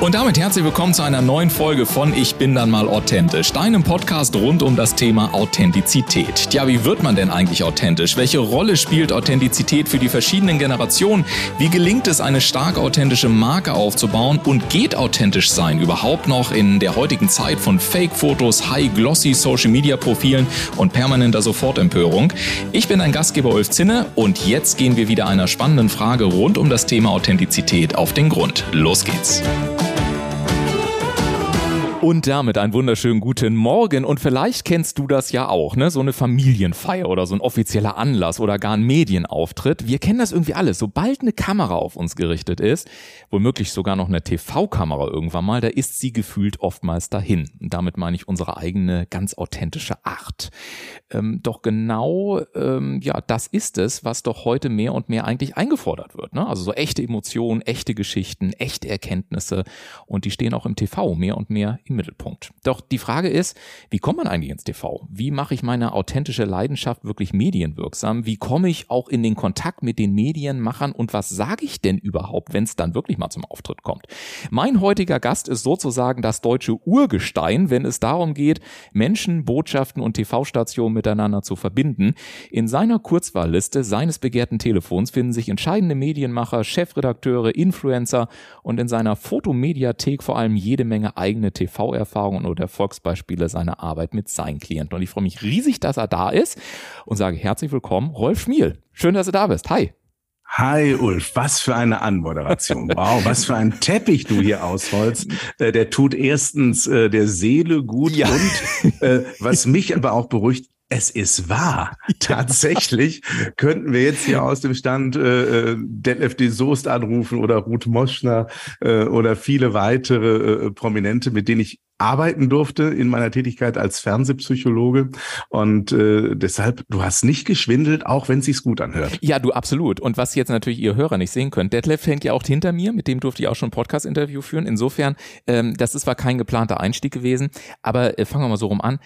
Und damit herzlich willkommen zu einer neuen Folge von Ich bin dann mal authentisch, deinem Podcast rund um das Thema Authentizität. Tja, wie wird man denn eigentlich authentisch? Welche Rolle spielt Authentizität für die verschiedenen Generationen? Wie gelingt es, eine stark authentische Marke aufzubauen? Und geht authentisch sein überhaupt noch in der heutigen Zeit von Fake-Fotos, High-Glossy Social-Media-Profilen und permanenter Sofortempörung? Ich bin dein Gastgeber Ulf Zinne und jetzt gehen wir wieder einer spannenden Frage rund um das Thema Authentizität auf den Grund. Los geht's! Und damit einen wunderschönen guten Morgen und vielleicht kennst du das ja auch, ne? So eine Familienfeier oder so ein offizieller Anlass oder gar ein Medienauftritt. Wir kennen das irgendwie alles. Sobald eine Kamera auf uns gerichtet ist, womöglich sogar noch eine TV-Kamera irgendwann mal, da ist sie gefühlt oftmals dahin. Und damit meine ich unsere eigene ganz authentische Art. Doch genau, das ist es, was doch heute mehr und mehr eigentlich eingefordert wird, ne? Also so echte Emotionen, echte Geschichten, echte Erkenntnisse und die stehen auch im TV mehr und mehr im Mittelpunkt. Doch die Frage ist, wie kommt man eigentlich ins TV? Wie mache ich meine authentische Leidenschaft wirklich medienwirksam? Wie komme ich auch in den Kontakt mit den Medienmachern und was sage ich denn überhaupt, wenn es dann wirklich mal zum Auftritt kommt? Mein heutiger Gast ist sozusagen das deutsche Urgestein, wenn es darum geht, Menschen, Botschaften und TV-Stationen miteinander zu verbinden. In seiner Kurzwahlliste seines begehrten Telefons finden sich entscheidende Medienmacher, Chefredakteure, Influencer und in seiner Fotomediathek vor allem jede Menge eigene TV-Erfahrungen oder Erfolgsbeispiele seiner Arbeit mit seinen Klienten. Und ich freue mich riesig, dass er da ist und sage herzlich willkommen, Rolf Schmiel. Schön, dass du da bist. Hi. Hi Ulf, was für eine Anmoderation. Wow, was für ein Teppich du hier ausrollst. Der tut erstens der Seele gut und was mich aber auch beruhigt, es ist wahr. Ja. Tatsächlich könnten wir jetzt hier aus dem Stand Detlef de Soest anrufen oder Ruth Moschner oder viele weitere Prominente, mit denen ich arbeiten durfte in meiner Tätigkeit als Fernsehpsychologe und deshalb, du hast nicht geschwindelt, auch wenn es sich gut anhört. Ja, du, absolut. Und was jetzt natürlich ihr Hörer nicht sehen könnt, Detlef hängt ja auch hinter mir, mit dem durfte ich auch schon ein Podcast-Interview führen. Insofern, das ist zwar kein geplanter Einstieg gewesen, aber fangen wir mal so rum an.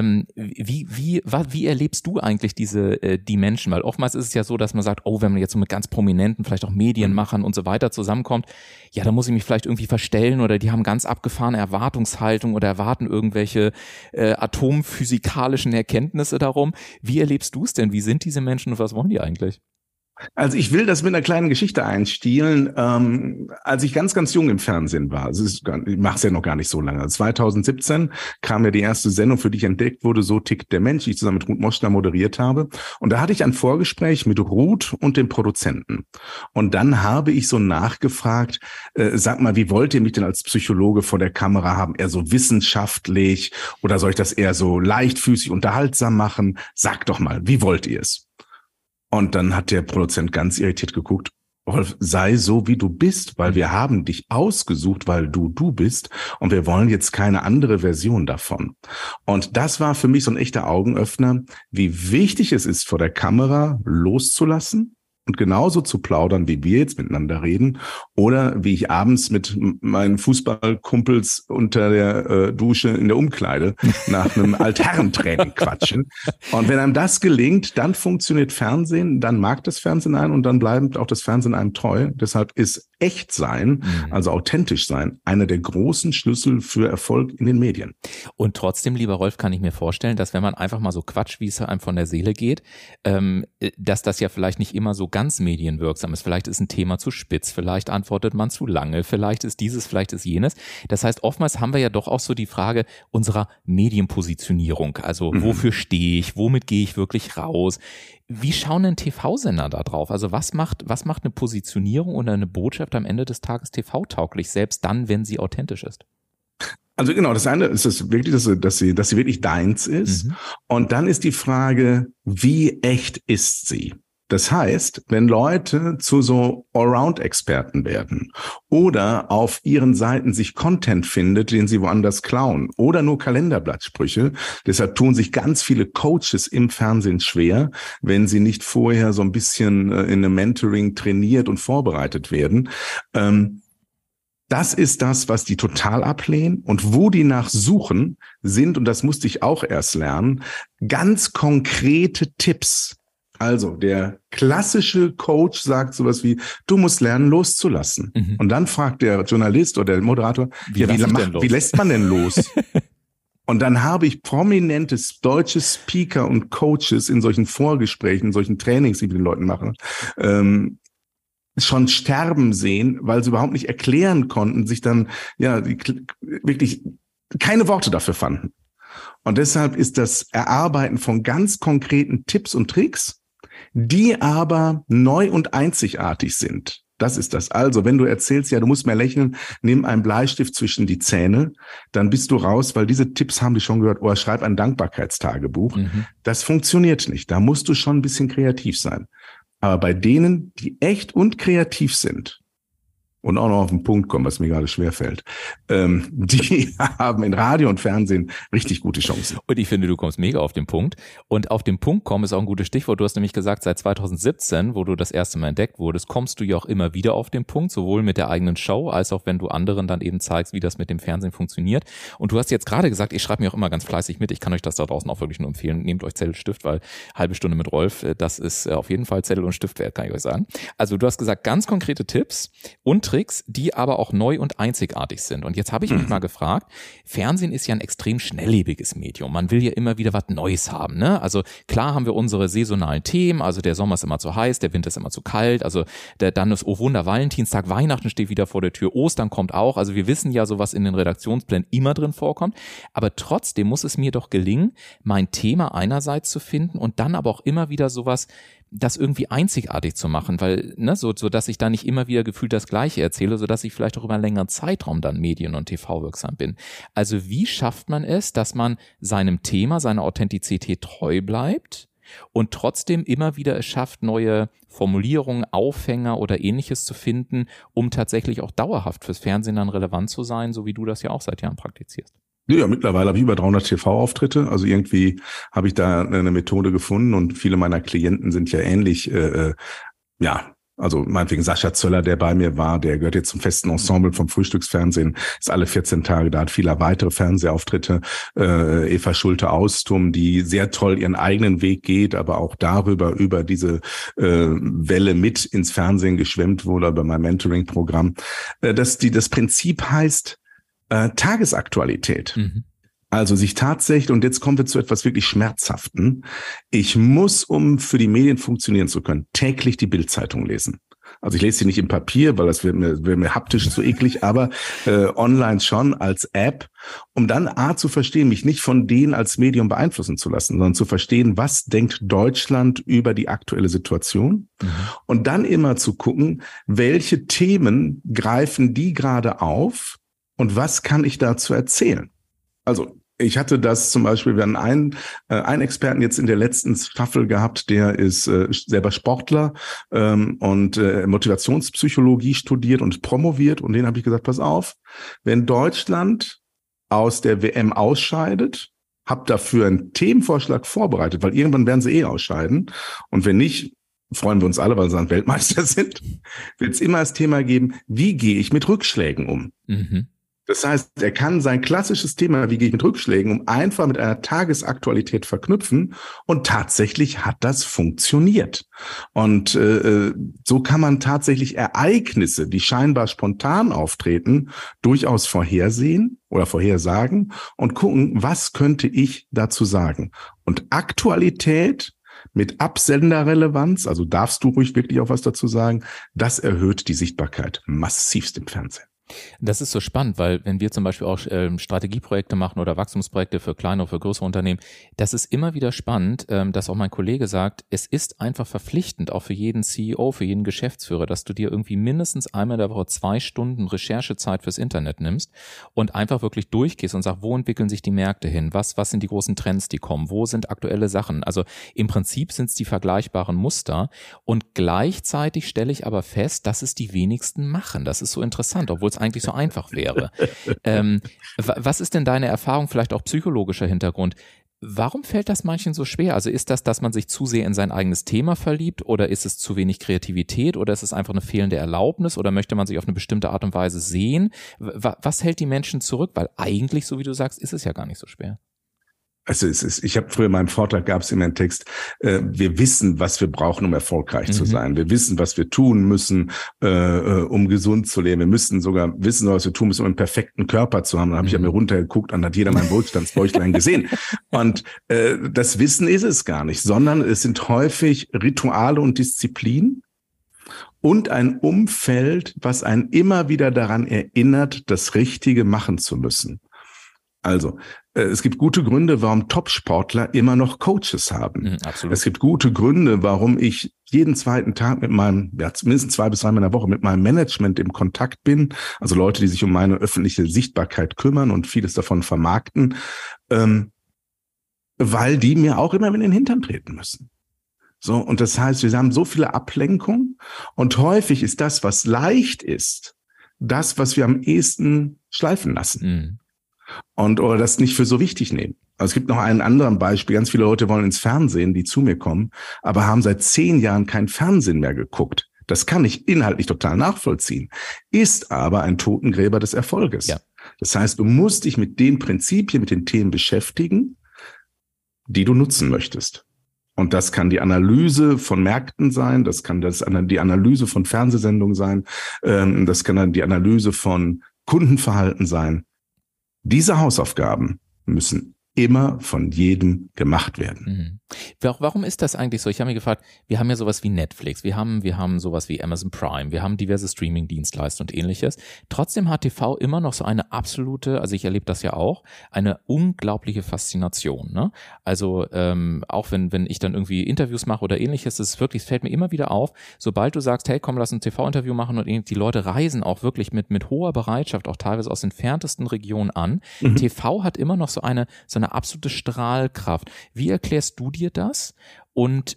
Wie erlebst du eigentlich die Menschen? Weil oftmals ist es ja so, dass man sagt, oh, wenn man jetzt so mit ganz Prominenten, vielleicht auch Medienmachern und so weiter zusammenkommt, ja, da muss ich mich vielleicht irgendwie verstellen oder die haben ganz abgefahrene Erwartungshaltung oder erwarten irgendwelche atomphysikalischen Erkenntnisse darum. Wie erlebst du es denn? Wie sind diese Menschen und was wollen die eigentlich? Also ich will das mit einer kleinen Geschichte einstielen. Als ich ganz, ganz jung im Fernsehen war, ich mache es ja noch gar nicht so lange, 2017 kam ja die erste Sendung, für die ich entdeckt wurde, So tickt der Mensch, die ich zusammen mit Ruth Moschner moderiert habe. Und da hatte ich ein Vorgespräch mit Ruth und dem Produzenten. Und dann habe ich so nachgefragt, sag mal, wie wollt ihr mich denn als Psychologe vor der Kamera haben? Eher so wissenschaftlich oder soll ich das eher so leichtfüßig unterhaltsam machen? Sag doch mal, wie wollt ihr es? Und dann hat der Produzent ganz irritiert geguckt, Rolf, sei so, wie du bist, weil wir haben dich ausgesucht, weil du bist und wir wollen jetzt keine andere Version davon. Und das war für mich so ein echter Augenöffner, wie wichtig es ist, vor der Kamera loszulassen und genauso zu plaudern, wie wir jetzt miteinander reden oder wie ich abends mit meinen Fußballkumpels unter der Dusche in der Umkleide nach einem Altherrentraining quatschen. Und wenn einem das gelingt, dann funktioniert Fernsehen, dann mag das Fernsehen einen und dann bleibt auch das Fernsehen einem treu. Deshalb ist echt sein, also authentisch sein, einer der großen Schlüssel für Erfolg in den Medien. Und trotzdem, lieber Rolf, kann ich mir vorstellen, dass wenn man einfach mal so quatscht, wie es einem von der Seele geht, dass das ja vielleicht nicht immer so ganz medienwirksam ist. Vielleicht ist ein Thema zu spitz, vielleicht antwortet man zu lange, vielleicht ist dieses, vielleicht ist jenes. Das heißt, oftmals haben wir ja doch auch so die Frage unserer Medienpositionierung. Also wofür stehe ich, womit gehe ich wirklich raus? Wie schauen denn TV-Sender da drauf? Also was macht eine Positionierung oder eine Botschaft am Ende des Tages TV-tauglich, selbst dann, wenn sie authentisch ist? Also genau, das eine ist es wirklich, dass sie wirklich deins ist. Und dann ist die Frage, wie echt ist sie? Das heißt, wenn Leute zu so Allround-Experten werden oder auf ihren Seiten sich Content findet, den sie woanders klauen oder nur Kalenderblattsprüche, deshalb tun sich ganz viele Coaches im Fernsehen schwer, wenn sie nicht vorher so ein bisschen in einem Mentoring trainiert und vorbereitet werden. Das ist das, was die total ablehnen und wo die nach suchen, sind, und das musste ich auch erst lernen, ganz konkrete Tipps. Also der klassische Coach sagt sowas wie, du musst lernen loszulassen. Und dann fragt der Journalist oder der Moderator, wie lässt man denn los? Und dann habe ich prominente deutsche Speaker und Coaches in solchen Vorgesprächen, in solchen Trainings, die ich mit den Leuten mache, schon sterben sehen, weil sie überhaupt nicht erklären konnten, sich dann wirklich keine Worte dafür fanden. Und deshalb ist das Erarbeiten von ganz konkreten Tipps und Tricks, die aber neu und einzigartig sind. Das ist das. Also, wenn du erzählst, ja, du musst mehr lächeln, nimm einen Bleistift zwischen die Zähne, dann bist du raus, weil diese Tipps haben die schon gehört, oder schreib ein Dankbarkeitstagebuch. Das funktioniert nicht. Da musst du schon ein bisschen kreativ sein. Aber bei denen, die echt und kreativ sind, und auch noch auf den Punkt kommen, was mir gerade schwerfällt, die haben in Radio und Fernsehen richtig gute Chancen. Und ich finde, du kommst mega auf den Punkt. Und auf den Punkt kommen ist auch ein gutes Stichwort. Du hast nämlich gesagt, seit 2017, wo du das erste Mal entdeckt wurdest, kommst du ja auch immer wieder auf den Punkt, sowohl mit der eigenen Show, als auch wenn du anderen dann eben zeigst, wie das mit dem Fernsehen funktioniert. Und du hast jetzt gerade gesagt, ich schreibe mir auch immer ganz fleißig mit. Ich kann euch das da draußen auch wirklich nur empfehlen. Nehmt euch Zettel, Stift, weil halbe Stunde mit Rolf, das ist auf jeden Fall Zettel und Stift wert, kann ich euch sagen. Also du hast gesagt, ganz konkrete Tipps und Tricks, die aber auch neu und einzigartig sind. Und jetzt habe ich mich mal gefragt, Fernsehen ist ja ein extrem schnelllebiges Medium. Man will ja immer wieder was Neues haben, ne? Also klar haben wir unsere saisonalen Themen, also der Sommer ist immer zu heiß, der Winter ist immer zu kalt, also dann ist Oh Wunder, Valentinstag, Weihnachten steht wieder vor der Tür, Ostern kommt auch. Also wir wissen ja, so was in den Redaktionsplänen immer drin vorkommt. Aber trotzdem muss es mir doch gelingen, mein Thema einerseits zu finden und dann aber auch immer wieder sowas, das irgendwie einzigartig zu machen, weil, ne, so dass ich da nicht immer wieder gefühlt das Gleiche erzähle, so dass ich vielleicht auch über einen längeren Zeitraum dann Medien- und TV-wirksam bin. Also wie schafft man es, dass man seinem Thema, seiner Authentizität treu bleibt und trotzdem immer wieder es schafft, neue Formulierungen, Aufhänger oder Ähnliches zu finden, um tatsächlich auch dauerhaft fürs Fernsehen dann relevant zu sein, so wie du das ja auch seit Jahren praktizierst? Ja, mittlerweile habe ich über 300 TV-Auftritte. Also irgendwie habe ich da eine Methode gefunden und viele meiner Klienten sind ja ähnlich. Also meinetwegen Sascha Zöller, der bei mir war, der gehört jetzt zum festen Ensemble vom Frühstücksfernsehen, ist alle 14 Tage da, hat viele weitere Fernsehauftritte. Eva Schulte-Austum, die sehr toll ihren eigenen Weg geht, aber auch über diese Welle mit ins Fernsehen geschwemmt wurde, über mein Mentoring-Programm. Das Prinzip heißt, Tagesaktualität. Also sich tatsächlich, und jetzt kommen wir zu etwas wirklich Schmerzhaften, ich muss, um für die Medien funktionieren zu können, täglich die Bild-Zeitung lesen. Also ich lese sie nicht im Papier, weil das wäre mir haptisch zu eklig, aber online schon als App, um dann zu verstehen, mich nicht von denen als Medium beeinflussen zu lassen, sondern zu verstehen, was denkt Deutschland über die aktuelle Situation und dann immer zu gucken, welche Themen greifen die gerade auf und was kann ich dazu erzählen. Also ich hatte das zum Beispiel, wir haben einen Experten jetzt in der letzten Staffel gehabt, der ist selber Sportler und Motivationspsychologie studiert und promoviert. Und den habe ich gesagt, pass auf, wenn Deutschland aus der WM ausscheidet, hab dafür einen Themenvorschlag vorbereitet, weil irgendwann werden sie ausscheiden. Und wenn nicht, freuen wir uns alle, weil sie dann Weltmeister sind, wird es immer das Thema geben, wie gehe ich mit Rückschlägen um? Das heißt, er kann sein klassisches Thema, wie gehe ich mit Rückschlägen, einfach mit einer Tagesaktualität verknüpfen und tatsächlich hat das funktioniert. Und so kann man tatsächlich Ereignisse, die scheinbar spontan auftreten, durchaus vorhersehen oder vorhersagen und gucken, was könnte ich dazu sagen. Und Aktualität mit Absenderrelevanz, also darfst du ruhig wirklich auch was dazu sagen, das erhöht die Sichtbarkeit massivst im Fernsehen. Das ist so spannend, weil wenn wir zum Beispiel auch Strategieprojekte machen oder Wachstumsprojekte für kleine oder für größere Unternehmen, das ist immer wieder spannend, dass auch mein Kollege sagt, es ist einfach verpflichtend, auch für jeden CEO, für jeden Geschäftsführer, dass du dir irgendwie mindestens einmal in der Woche 2 Stunden Recherchezeit fürs Internet nimmst und einfach wirklich durchgehst und sagst, wo entwickeln sich die Märkte hin, was sind die großen Trends, die kommen, wo sind aktuelle Sachen. Also im Prinzip sind es die vergleichbaren Muster und gleichzeitig stelle ich aber fest, dass es die wenigsten machen. Das ist so interessant, obwohl es eigentlich so einfach wäre. Was ist denn deine Erfahrung, vielleicht auch psychologischer Hintergrund? Warum fällt das manchen so schwer? Also ist das, dass man sich zu sehr in sein eigenes Thema verliebt oder ist es zu wenig Kreativität oder ist es einfach eine fehlende Erlaubnis oder möchte man sich auf eine bestimmte Art und Weise sehen? Was hält die Menschen zurück? Weil eigentlich, so wie du sagst, ist es ja gar nicht so schwer. Also ich habe früher in meinem Vortrag gab es immer einen Text, wir wissen, was wir brauchen, um erfolgreich zu sein. Wir wissen, was wir tun müssen, um gesund zu leben. Wir müssen sogar wissen, was wir tun müssen, um einen perfekten Körper zu haben. Dann habe ich ja mir runtergeguckt und hat jeder mein Wohlstandsbäuchlein gesehen. Und das Wissen ist es gar nicht, sondern es sind häufig Rituale und Disziplin und ein Umfeld, was einen immer wieder daran erinnert, das Richtige machen zu müssen. Also, es gibt gute Gründe, warum Top-Sportler immer noch Coaches haben. Absolut. Es gibt gute Gründe, warum ich jeden zweiten Tag mit meinem, mindestens 2 bis 3 Mal in der Woche mit meinem Management im Kontakt bin. Also Leute, die sich um meine öffentliche Sichtbarkeit kümmern und vieles davon vermarkten, weil die mir auch immer in den Hintern treten müssen. So, und das heißt, wir haben so viele Ablenkungen und häufig ist das, was leicht ist, das, was wir am ehesten schleifen lassen. Oder das nicht für so wichtig nehmen. Also es gibt noch ein anderes Beispiel. Ganz viele Leute wollen ins Fernsehen, die zu mir kommen, aber haben seit 10 Jahren kein Fernsehen mehr geguckt. Das kann ich inhaltlich total nachvollziehen, ist aber ein Totengräber des Erfolges. Ja. Das heißt, du musst dich mit den Prinzipien, mit den Themen beschäftigen, die du nutzen möchtest. Und das kann die Analyse von Märkten sein, das kann die Analyse von Fernsehsendungen sein, das kann dann die Analyse von Kundenverhalten sein. Diese Hausaufgaben müssen immer von jedem gemacht werden. Warum ist das eigentlich so? Ich habe mich gefragt, wir haben ja sowas wie Netflix, wir haben sowas wie Amazon Prime, wir haben diverse Streaming-Dienstleister und ähnliches. Trotzdem hat TV immer noch so eine absolute, also ich erlebe das ja auch, eine unglaubliche Faszination. Ne? Also auch wenn ich dann irgendwie Interviews mache oder ähnliches, es fällt mir immer wieder auf, sobald du sagst, hey komm, lass ein TV-Interview machen und die Leute reisen auch wirklich mit hoher Bereitschaft, auch teilweise aus entferntesten Regionen an. TV hat immer noch so eine absolute Strahlkraft. Wie erklärst du dir das? Und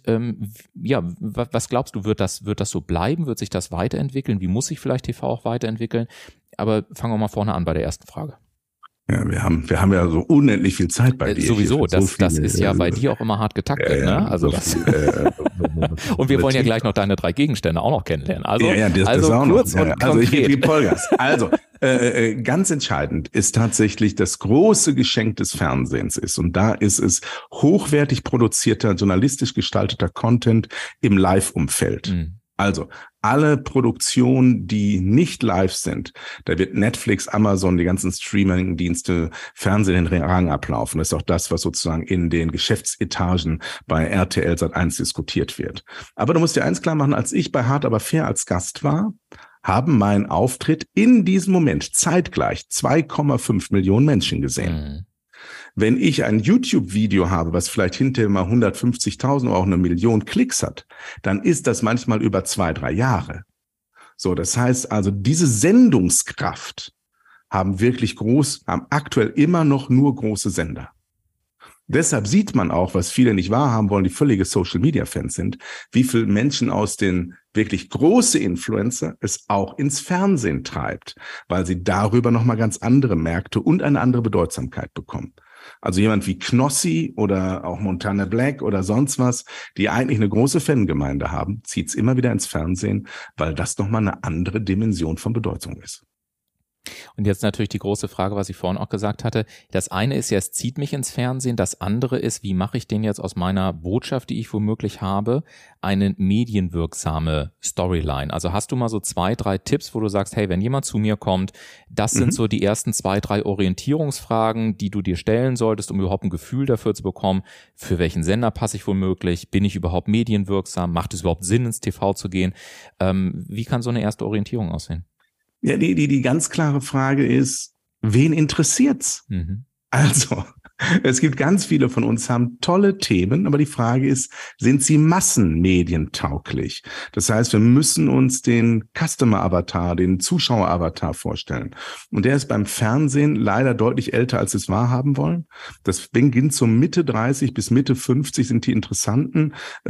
was glaubst du, wird das so bleiben? Wird sich das weiterentwickeln? Wie muss sich vielleicht TV auch weiterentwickeln? Aber fangen wir mal vorne an bei der ersten Frage. Ja, wir haben ja so unendlich viel Zeit bei dir. Sowieso, das ist ja bei dir auch immer hart getaktet, ne? Also so und wir wollen ja gleich noch deine 3 Gegenstände auch noch kennenlernen. Also, das auch kurz noch. Und also konkret. Ich gebe Vollgas. Also ganz entscheidend ist tatsächlich das große Geschenk des Fernsehens ist. Und da ist es hochwertig produzierter, journalistisch gestalteter Content im Live-Umfeld. Also alle Produktionen, die nicht live sind, da wird Netflix, Amazon, die ganzen Streaming-Dienste, Fernsehen den Rang ablaufen. Das ist auch das, was sozusagen in den Geschäftsetagen bei RTL Sat.1 diskutiert wird. Aber du musst dir eins klar machen, als ich bei Hart aber fair als Gast war, haben meinen Auftritt in diesem Moment zeitgleich 2,5 Millionen Menschen gesehen. Wenn ich ein YouTube-Video habe, was vielleicht hinterher mal 150.000 oder auch 1 Million Klicks hat, dann ist das manchmal über 2, 3 Jahre. So, das heißt also, diese Sendungskraft haben aktuell immer noch nur große Sender. Deshalb sieht man auch, was viele nicht wahrhaben wollen, die völlige Social-Media-Fans sind, wie viele Menschen aus den wirklich großen Influencer es auch ins Fernsehen treibt, weil sie darüber nochmal ganz andere Märkte und eine andere Bedeutsamkeit bekommen. Also jemand wie Knossi oder auch Montana Black oder sonst was, die eigentlich eine große Fangemeinde haben, zieht es immer wieder ins Fernsehen, weil das nochmal eine andere Dimension von Bedeutung ist. Und jetzt natürlich die große Frage, was ich vorhin auch gesagt hatte. Das eine ist ja, es zieht mich ins Fernsehen. Das andere ist, wie mache ich denn jetzt aus meiner Botschaft, die ich womöglich habe, eine medienwirksame Storyline? Also hast du mal so 2, 3 Tipps, wo du sagst, hey, wenn jemand zu mir kommt, das sind so die ersten 2, 3 Orientierungsfragen, die du dir stellen solltest, um überhaupt ein Gefühl dafür zu bekommen, für welchen Sender passe ich womöglich? Bin ich überhaupt medienwirksam? Macht es überhaupt Sinn, ins TV zu gehen? Wie kann so eine erste Orientierung aussehen? Ja, die ganz klare Frage ist, wen interessiert's? Also, es gibt ganz viele von uns, haben tolle Themen, aber die Frage ist, sind sie massenmedientauglich? Das heißt, wir müssen uns den Customer-Avatar, den Zuschauer-Avatar vorstellen. Und der ist beim Fernsehen leider deutlich älter, als wir es wahrhaben wollen. Das beginnt so Mitte 30 bis Mitte 50 sind die Interessanten.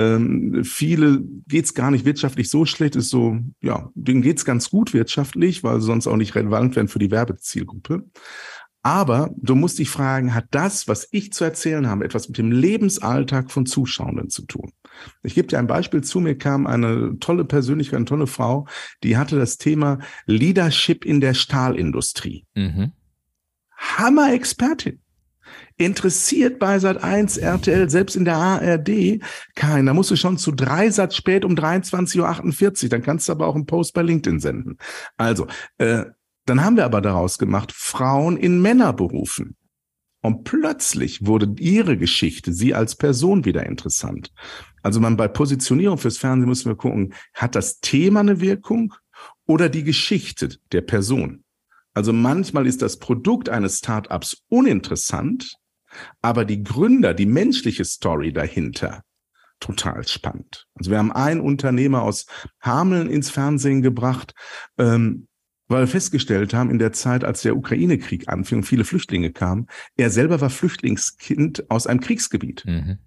Viele geht's gar nicht wirtschaftlich so schlecht, ist so, ja, denen geht's ganz gut wirtschaftlich, weil sie sonst auch nicht relevant werden für die Werbezielgruppe. Aber du musst dich fragen, hat das, was ich zu erzählen habe, etwas mit dem Lebensalltag von Zuschauenden zu tun? Ich gebe dir ein Beispiel. Zu mir kam eine tolle Persönlichkeit, eine tolle Frau, die hatte das Thema Leadership in der Stahlindustrie. Hammer-Expertin. Interessiert bei Sat.1, RTL, selbst in der ARD keiner. Da musst du schon zu Dreisatz spät um 23:48 Uhr. Dann kannst du aber auch einen Post bei LinkedIn senden. Also, dann haben wir aber daraus gemacht, Frauen in Männerberufen. Und plötzlich wurde ihre Geschichte, sie als Person wieder interessant. Also bei Positionierung fürs Fernsehen müssen wir gucken, hat das Thema eine Wirkung oder die Geschichte der Person? Also manchmal ist das Produkt eines Startups uninteressant, aber die Gründer, die menschliche Story dahinter, total spannend. Also wir haben einen Unternehmer aus Hameln ins Fernsehen gebracht, weil wir festgestellt haben, in der Zeit, als der Ukraine-Krieg anfing und viele Flüchtlinge kamen, er selber war Flüchtlingskind aus einem Kriegsgebiet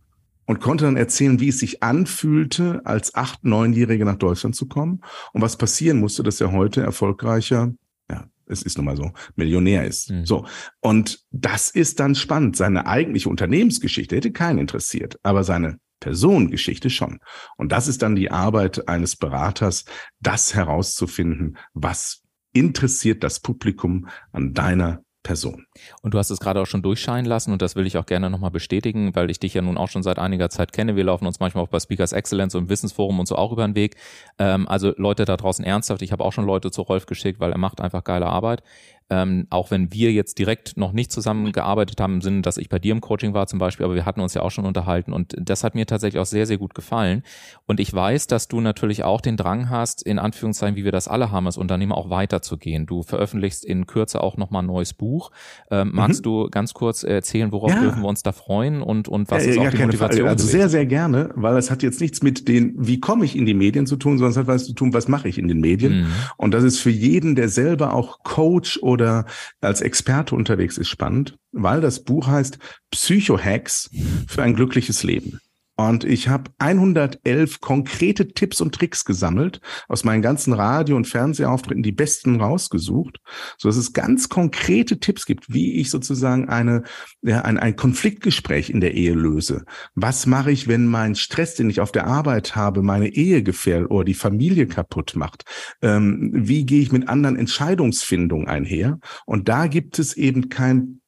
und konnte dann erzählen, wie es sich anfühlte, als 8-, 9-Jähriger nach Deutschland zu kommen und was passieren musste, dass er heute erfolgreicher, ja, es ist nun mal so, Millionär ist. So. Und das ist dann spannend. Seine eigentliche Unternehmensgeschichte hätte keinen interessiert, aber seine Personengeschichte schon. Und das ist dann die Arbeit eines Beraters, das herauszufinden, was interessiert das Publikum an deiner Person. Und du hast es gerade auch schon durchscheinen lassen und das will ich auch gerne nochmal bestätigen, weil ich dich ja nun auch schon seit einiger Zeit kenne. Wir laufen uns manchmal auch bei Speakers Excellence und im Wissensforum und so auch über den Weg. Also Leute da draußen ernsthaft, ich habe auch schon Leute zu Rolf geschickt, weil er macht einfach geile Arbeit. Auch wenn wir jetzt direkt noch nicht zusammengearbeitet haben, im Sinne, dass ich bei dir im Coaching war zum Beispiel, aber wir hatten uns ja auch schon unterhalten und das hat mir tatsächlich auch sehr, sehr gut gefallen. Und ich weiß, dass du natürlich auch den Drang hast, in Anführungszeichen, wie wir das alle haben als Unternehmer, auch weiterzugehen. Du veröffentlichst in Kürze auch nochmal ein neues Buch. Magst du ganz kurz erzählen, worauf dürfen wir uns da freuen und was ist auch die Motivation? Also sehr, sehr gerne, weil es hat jetzt nichts mit den, wie komme ich in die Medien zu tun, sondern es hat was zu tun, was mache ich in den Medien. Und das ist für jeden, der selber auch Coach oder als Experte unterwegs ist, spannend, weil das Buch heißt Psycho-Hacks für ein glückliches Leben. Und ich habe 111 konkrete Tipps und Tricks gesammelt, aus meinen ganzen Radio- und Fernsehauftritten die besten rausgesucht, sodass es ganz konkrete Tipps gibt, wie ich sozusagen ein Konfliktgespräch in der Ehe löse. Was mache ich, wenn mein Stress, den ich auf der Arbeit habe, meine Ehe gefährdet oder die Familie kaputt macht? Wie gehe ich mit anderen Entscheidungsfindungen einher? Und da gibt es eben kein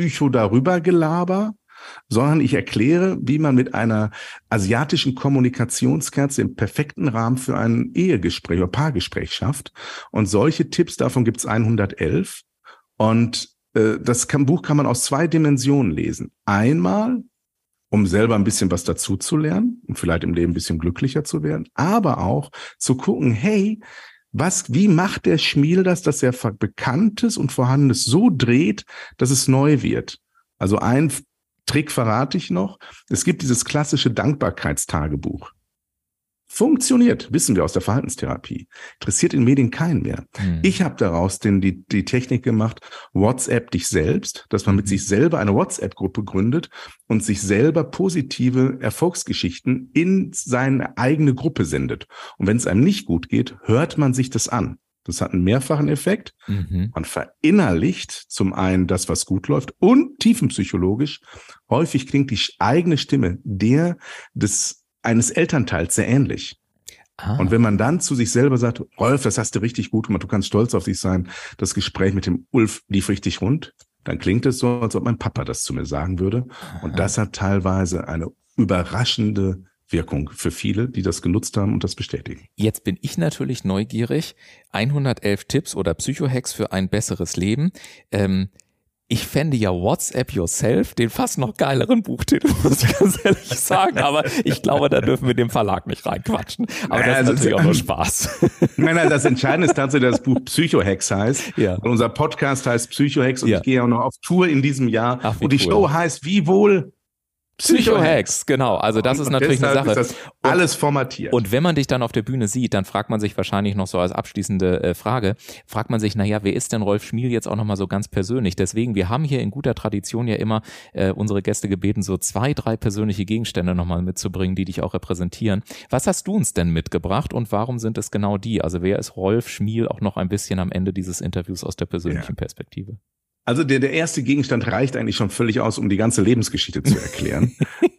Psycho-Darüber-Gelaber, sondern ich erkläre, wie man mit einer asiatischen Kommunikationskerze den perfekten Rahmen für ein Ehegespräch oder Paargespräch schafft. Und solche Tipps, davon gibt es 111. Und das Buch kann man aus 2 Dimensionen lesen. Einmal, um selber ein bisschen was dazu zu lernen und vielleicht im Leben ein bisschen glücklicher zu werden, aber auch zu gucken, hey, wie macht der Schmiel das, dass er Bekanntes und Vorhandenes so dreht, dass es neu wird? Also ein Trick verrate ich noch. Es gibt dieses klassische Dankbarkeitstagebuch. Funktioniert, wissen wir aus der Verhaltenstherapie. Interessiert in Medien keinen mehr. Ich habe daraus die Technik gemacht, WhatsApp dich selbst, dass man mit sich selber eine WhatsApp-Gruppe gründet und sich selber positive Erfolgsgeschichten in seine eigene Gruppe sendet. Und wenn es einem nicht gut geht, hört man sich das an. Das hat einen mehrfachen Effekt. Man verinnerlicht zum einen das, was gut läuft und tiefenpsychologisch. Häufig klingt die eigene Stimme eines Elternteils sehr ähnlich. Und wenn man dann zu sich selber sagt, Rolf, das hast du richtig gut gemacht, du kannst stolz auf dich sein, das Gespräch mit dem Ulf lief richtig rund, dann klingt es so, als ob mein Papa das zu mir sagen würde. Und das hat teilweise eine überraschende Wirkung für viele, die das genutzt haben und das bestätigen. Jetzt bin ich natürlich neugierig. 111 Tipps oder Psycho-Hacks für ein besseres Leben. Ich fände ja WhatsApp Yourself den fast noch geileren Buchtitel, muss ich ganz ehrlich sagen. Aber ich glaube, da dürfen wir dem Verlag nicht reinquatschen. Aber das ist natürlich auch nur Spaß. Nein, das Entscheidende ist tatsächlich, dass das Buch Psycho-Hacks heißt. Ja. Und unser Podcast heißt Psycho-Hacks und ich gehe auch noch auf Tour in diesem Jahr. Und die Show heißt wie wohl Psycho-Hacks, genau. Also das ist natürlich eine Sache. Ist das alles formatiert. Und wenn man dich dann auf der Bühne sieht, dann fragt man sich wahrscheinlich noch so als abschließende Frage, fragt man sich, naja, wer ist denn Rolf Schmiel jetzt auch nochmal so ganz persönlich? Deswegen, wir haben hier in guter Tradition ja immer unsere Gäste gebeten, so 2, 3 persönliche Gegenstände nochmal mitzubringen, die dich auch repräsentieren. Was hast du uns denn mitgebracht und warum sind es genau die? Also wer ist Rolf Schmiel auch noch ein bisschen am Ende dieses Interviews aus der persönlichen Perspektive? Also der erste Gegenstand reicht eigentlich schon völlig aus, um die ganze Lebensgeschichte zu erklären.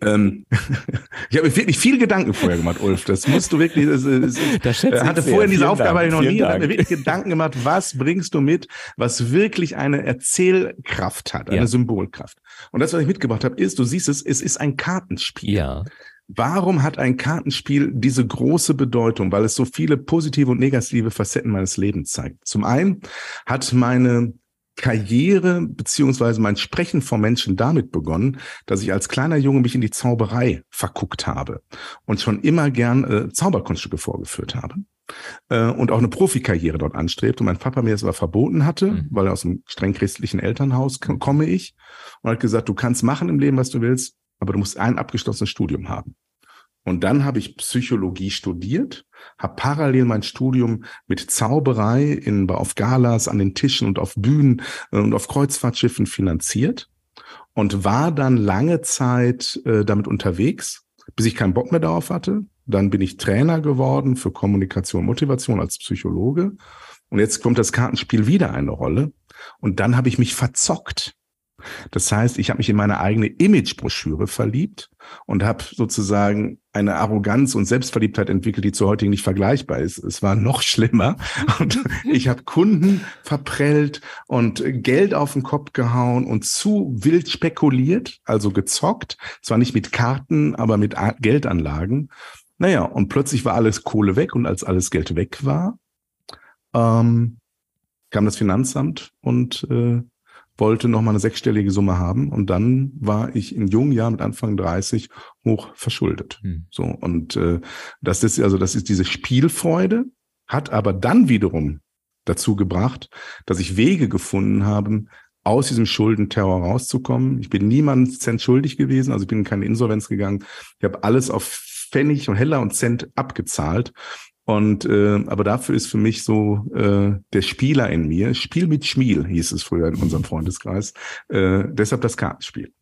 Ich habe mir wirklich viel Gedanken vorher gemacht, Ulf. Das musst du wirklich. Hatte vorher diese Aufgabe noch nie. Ich habe mir wirklich Gedanken gemacht, was bringst du mit, was wirklich eine Erzählkraft hat, eine Symbolkraft. Und das, was ich mitgebracht habe, ist, du siehst es ist ein Kartenspiel. Ja. Warum hat ein Kartenspiel diese große Bedeutung? Weil es so viele positive und negative Facetten meines Lebens zeigt. Zum einen hat meine Karriere beziehungsweise mein Sprechen vor Menschen damit begonnen, dass ich als kleiner Junge mich in die Zauberei verguckt habe und schon immer gern Zauberkunststücke vorgeführt habe und auch eine Profikarriere dort anstrebt. Und mein Papa mir das aber verboten hatte, weil aus einem streng christlichen Elternhaus komme ich, und hat gesagt, du kannst machen im Leben, was du willst, aber du musst ein abgeschlossenes Studium haben. Und dann habe ich Psychologie studiert, habe parallel mein Studium mit Zauberei auf Galas, an den Tischen und auf Bühnen und auf Kreuzfahrtschiffen finanziert und war dann lange Zeit damit unterwegs, bis ich keinen Bock mehr darauf hatte. Dann bin ich Trainer geworden für Kommunikation und Motivation als Psychologe. Und jetzt kommt das Kartenspiel wieder eine Rolle. Und dann habe ich mich verzockt. Das heißt, ich habe mich in meine eigene Imagebroschüre verliebt und habe sozusagen eine Arroganz und Selbstverliebtheit entwickelt, die zur heutigen nicht vergleichbar ist. Es war noch schlimmer. Und ich habe Kunden verprellt und Geld auf den Kopf gehauen und zu wild spekuliert, also gezockt. Zwar nicht mit Karten, aber mit Geldanlagen. Naja, und plötzlich war alles Kohle weg, und als alles Geld weg war, kam das Finanzamt und wollte noch mal eine 6-stellige Summe haben, und dann war ich in jungen Jahren mit Anfang 30 hoch verschuldet. So, und das ist diese Spielfreude, hat aber dann wiederum dazu gebracht, dass ich Wege gefunden habe, aus diesem Schuldenterror rauszukommen. Ich bin niemandem Cent schuldig gewesen, also ich bin in keine Insolvenz gegangen. Ich habe alles auf Pfennig und Heller und Cent abgezahlt. Und aber dafür ist für mich so der Spieler in mir, Spiel mit Schmiel, hieß es früher in unserem Freundeskreis, deshalb das Kartenspiel.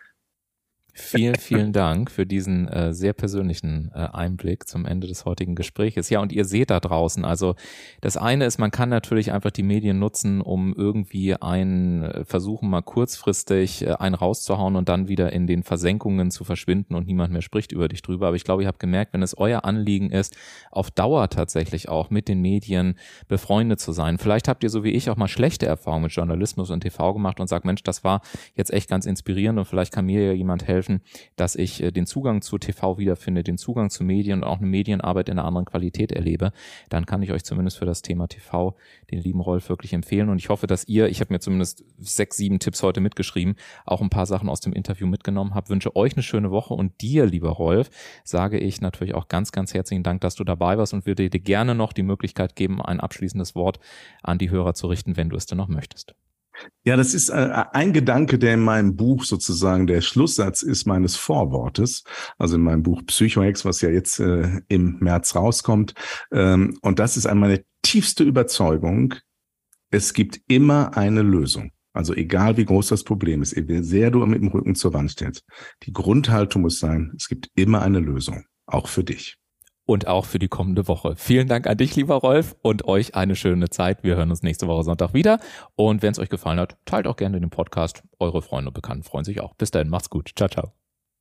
Vielen, vielen Dank für diesen sehr persönlichen Einblick zum Ende des heutigen Gespräches. Ja, und ihr seht da draußen, also das eine ist, man kann natürlich einfach die Medien nutzen, um irgendwie versuchen mal kurzfristig einen rauszuhauen und dann wieder in den Versenkungen zu verschwinden und niemand mehr spricht über dich drüber. Aber ich glaube, ihr habt gemerkt, wenn es euer Anliegen ist, auf Dauer tatsächlich auch mit den Medien befreundet zu sein. Vielleicht habt ihr so wie ich auch mal schlechte Erfahrungen mit Journalismus und TV gemacht und sagt, Mensch, das war jetzt echt ganz inspirierend und vielleicht kann mir ja jemand helfen, dass ich den Zugang zu TV wiederfinde, den Zugang zu Medien und auch eine Medienarbeit in einer anderen Qualität erlebe, dann kann ich euch zumindest für das Thema TV den lieben Rolf wirklich empfehlen. Und ich hoffe, dass ich habe mir zumindest 6, 7 Tipps heute mitgeschrieben, auch ein paar Sachen aus dem Interview mitgenommen habe. Wünsche euch eine schöne Woche, und dir, lieber Rolf, sage ich natürlich auch ganz, ganz herzlichen Dank, dass du dabei warst, und würde dir gerne noch die Möglichkeit geben, ein abschließendes Wort an die Hörer zu richten, wenn du es denn noch möchtest. Ja, das ist ein Gedanke, der in meinem Buch sozusagen der Schlusssatz ist meines Vorwortes, also in meinem Buch Psychohex, was ja jetzt im März rauskommt. Und das ist meine tiefste Überzeugung: Es gibt immer eine Lösung. Also egal wie groß das Problem ist, wie sehr du mit dem Rücken zur Wand stellst, die Grundhaltung muss sein, es gibt immer eine Lösung, auch für dich. Und auch für die kommende Woche. Vielen Dank an dich, lieber Rolf, und euch eine schöne Zeit. Wir hören uns nächste Woche Sonntag wieder. Und wenn es euch gefallen hat, teilt auch gerne den Podcast. Eure Freunde und Bekannten freuen sich auch. Bis dahin, macht's gut. Ciao, ciao.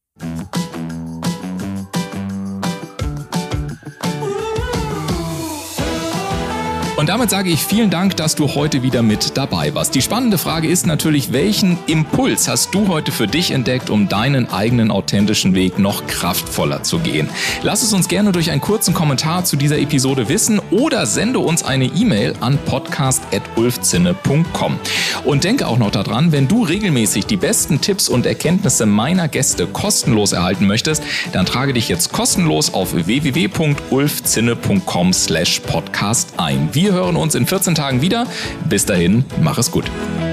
Und damit sage ich vielen Dank, dass du heute wieder mit dabei warst. Die spannende Frage ist natürlich, welchen Impuls hast du heute für dich entdeckt, um deinen eigenen authentischen Weg noch kraftvoller zu gehen? Lass es uns gerne durch einen kurzen Kommentar zu dieser Episode wissen oder sende uns eine E-Mail an podcast@ulfzinne.com. Und denke auch noch daran, wenn du regelmäßig die besten Tipps und Erkenntnisse meiner Gäste kostenlos erhalten möchtest, dann trage dich jetzt kostenlos auf www.ulfzinne.com/podcast ein. Wir hören uns in 14 Tagen wieder. Bis dahin, mach es gut.